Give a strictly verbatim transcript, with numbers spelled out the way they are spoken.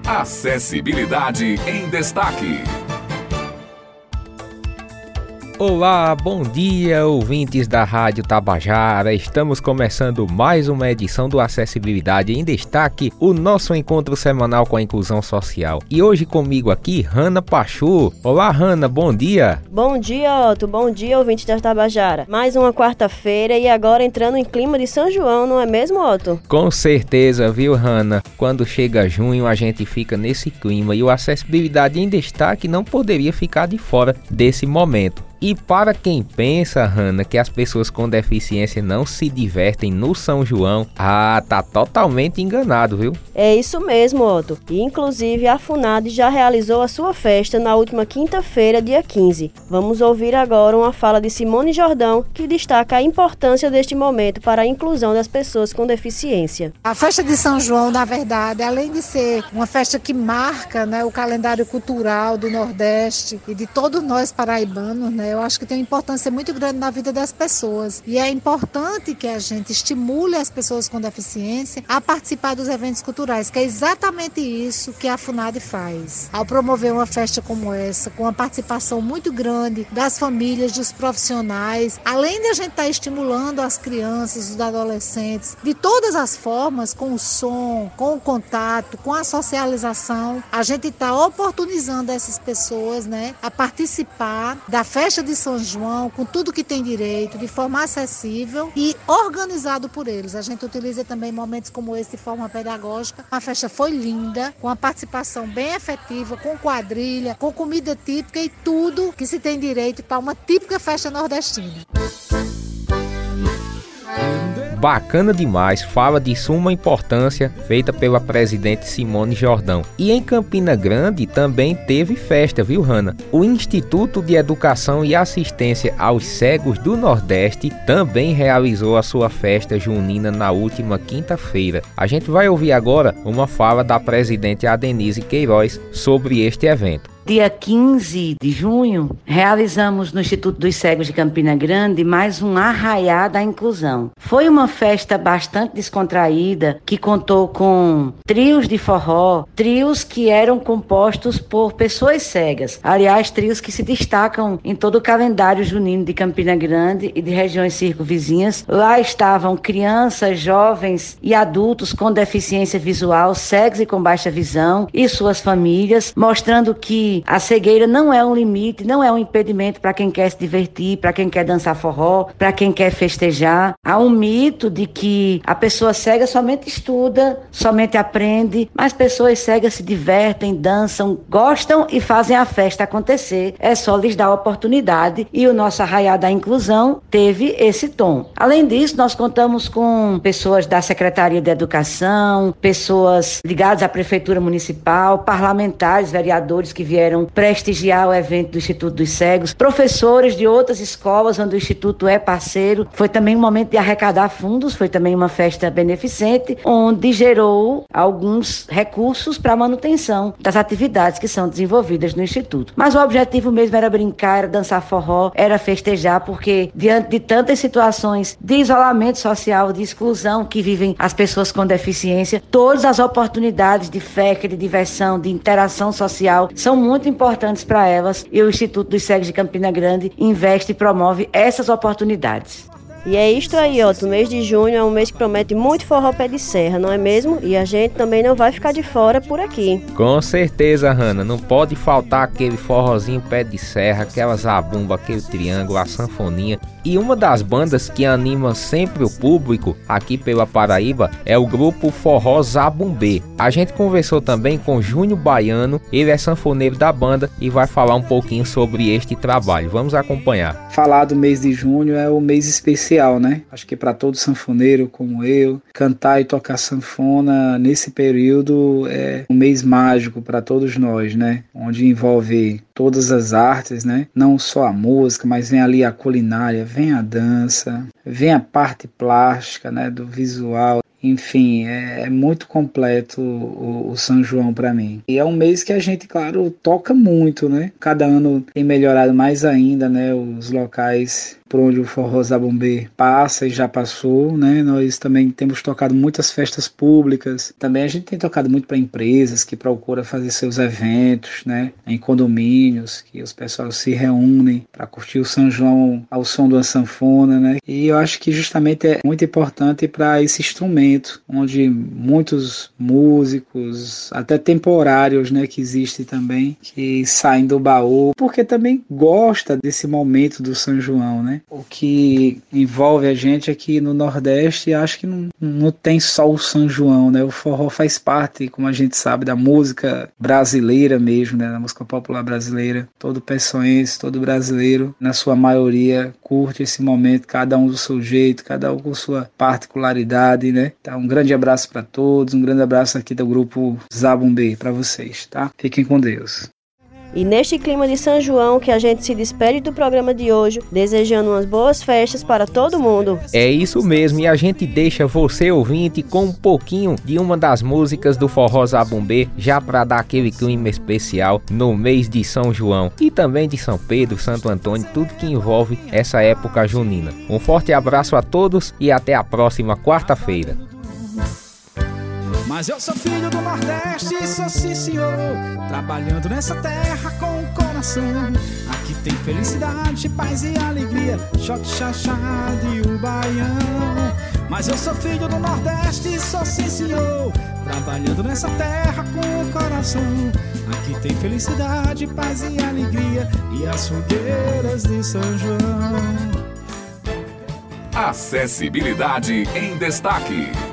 Acessibilidade em Destaque. Olá, bom dia, ouvintes da Rádio Tabajara. Estamos começando mais uma edição do Acessibilidade em Destaque, o nosso encontro semanal com a inclusão social. E hoje comigo aqui, Hanna Pachu. Olá, Hanna, bom dia. Bom dia, Otto. Bom dia, ouvintes da Tabajara. Mais uma quarta-feira e agora entrando em clima de São João, não é mesmo, Otto? Com certeza, viu, Hanna? Quando chega junho, a gente fica nesse clima e o Acessibilidade em Destaque não poderia ficar de fora desse momento. E para quem pensa, Hanna, que as pessoas com deficiência não se divertem no São João, ah, tá totalmente enganado, viu? É isso mesmo, Otto. E inclusive a FUNAD já realizou a sua festa na última quinta-feira, dia quinze. Vamos ouvir agora uma fala de Simone Jordão, que destaca a importância deste momento para a inclusão das pessoas com deficiência. A festa de São João, na verdade, além de ser uma festa que marca, né, o calendário cultural do Nordeste e de todos nós paraibanos, né, eu acho que tem uma importância muito grande na vida das pessoas. E é importante que a gente estimule as pessoas com deficiência a participar dos eventos culturais, que é exatamente isso que a FUNAD faz. Ao promover uma festa como essa, com a participação muito grande das famílias, dos profissionais, além de a gente estar estimulando as crianças, os adolescentes, de todas as formas, com o som, com o contato, com a socialização, a gente está oportunizando essas pessoas, né, a participar da festa de São João, com tudo que tem direito, de forma acessível e organizado por eles. A gente utiliza também momentos como esse de forma pedagógica. A festa foi linda, com a participação bem efetiva, com quadrilha, com comida típica e tudo que se tem direito para uma típica festa nordestina. Bacana demais, fala de suma importância feita pela presidente Simone Jordão. E em Campina Grande também teve festa, viu, Hanna? O Instituto de Educação e Assistência aos Cegos do Nordeste também realizou a sua festa junina na última quinta-feira. A gente vai ouvir agora uma fala da presidente Adenise Queiroz sobre este evento. Dia quinze de junho, realizamos no Instituto dos Cegos de Campina Grande mais um Arraiá da Inclusão. Foi uma festa bastante descontraída, que contou com trios de forró, trios que eram compostos por pessoas cegas. Aliás, trios que se destacam em todo o calendário junino de Campina Grande e de regiões circunvizinhas. Lá estavam crianças, jovens e adultos com deficiência visual, cegos e com baixa visão, e suas famílias, mostrando que a cegueira não é um limite, não é um impedimento para quem quer se divertir, para quem quer dançar forró, para quem quer festejar. Há um mito de que a pessoa cega somente estuda, somente aprende, mas pessoas cegas se divertem, dançam, gostam e fazem a festa acontecer. É só lhes dar a oportunidade, e o nosso Arraiá da Inclusão teve esse tom. Além disso, nós contamos com pessoas da Secretaria de Educação, pessoas ligadas à Prefeitura Municipal, parlamentares, vereadores que vieram prestigiar o evento do Instituto dos Cegos, professores de outras escolas onde o Instituto é parceiro. Foi também um momento de arrecadar fundos, foi também uma festa beneficente, onde gerou alguns recursos para a manutenção das atividades que são desenvolvidas no Instituto. Mas o objetivo mesmo era brincar, era dançar forró, era festejar, porque diante de tantas situações de isolamento social, de exclusão que vivem as pessoas com deficiência, todas as oportunidades de festa, de diversão, de interação social são muito muito importantes para elas, e o Instituto dos Cegos de Campina Grande investe e promove essas oportunidades. E é isto aí, Otto. O mês de junho é um mês que promete muito forró pé de serra, não é mesmo? E a gente também não vai ficar de fora por aqui. Com certeza, Hanna. Não pode faltar aquele forrozinho pé de serra, aquela zabumba, aquele triângulo, a sanfoninha. E uma das bandas que anima sempre o público aqui pela Paraíba é o grupo Forró Zabumbê. A gente conversou também com Júnior Baiano, ele é sanfoneiro da banda e vai falar um pouquinho sobre este trabalho. Vamos acompanhar. Falar do mês de junho é o mês especial, né? Acho que para todo sanfoneiro como eu, cantar e tocar sanfona nesse período é um mês mágico para todos nós, né? Onde envolve todas as artes, né? Não só a música, mas vem ali a culinária, vem a dança, vem a parte plástica, né? Do visual. Enfim, é, é muito completo o, o São João para mim. E é um mês que a gente, claro, toca muito, né? Cada ano tem melhorado mais ainda, né? Os locais por onde o Forró Zabumbeiro passa e já passou, né? Nós também temos tocado muitas festas públicas. Também a gente tem tocado muito para empresas que procuram fazer seus eventos, né? Em condomínios, que os pessoal se reúnem para curtir o São João ao som de uma sanfona, né? E eu acho que justamente é muito importante para esse instrumento, onde muitos músicos, até temporários, né, que existe também, que saem do baú, porque também gosta desse momento do São João, né? O que envolve a gente aqui no Nordeste, acho que não, não tem só o São João, né? O forró faz parte, como a gente sabe, da música brasileira mesmo, né? Da música popular brasileira. Todo pessoense, todo brasileiro, na sua maioria, curte esse momento, cada um do seu jeito, cada um com sua particularidade, né? Então, um grande abraço para todos, um grande abraço aqui do grupo Zabumbeiro para vocês, tá? Fiquem com Deus. E neste clima de São João que a gente se despede do programa de hoje, desejando umas boas festas para todo mundo. É isso mesmo, e a gente deixa você ouvinte com um pouquinho de uma das músicas do Forró Zabumbeiro, já para dar aquele clima especial no mês de São João e também de São Pedro, Santo Antônio, tudo que envolve essa época junina. Um forte abraço a todos e até a próxima quarta-feira. Mas eu sou filho do Nordeste, sou sim senhor, trabalhando nessa terra com o coração. Aqui tem felicidade, paz e alegria, choque, chachado e o baião. Mas eu sou filho do Nordeste, sou sim senhor, trabalhando nessa terra com o coração. Aqui tem felicidade, paz e alegria e as fogueiras de São João. Acessibilidade em Destaque.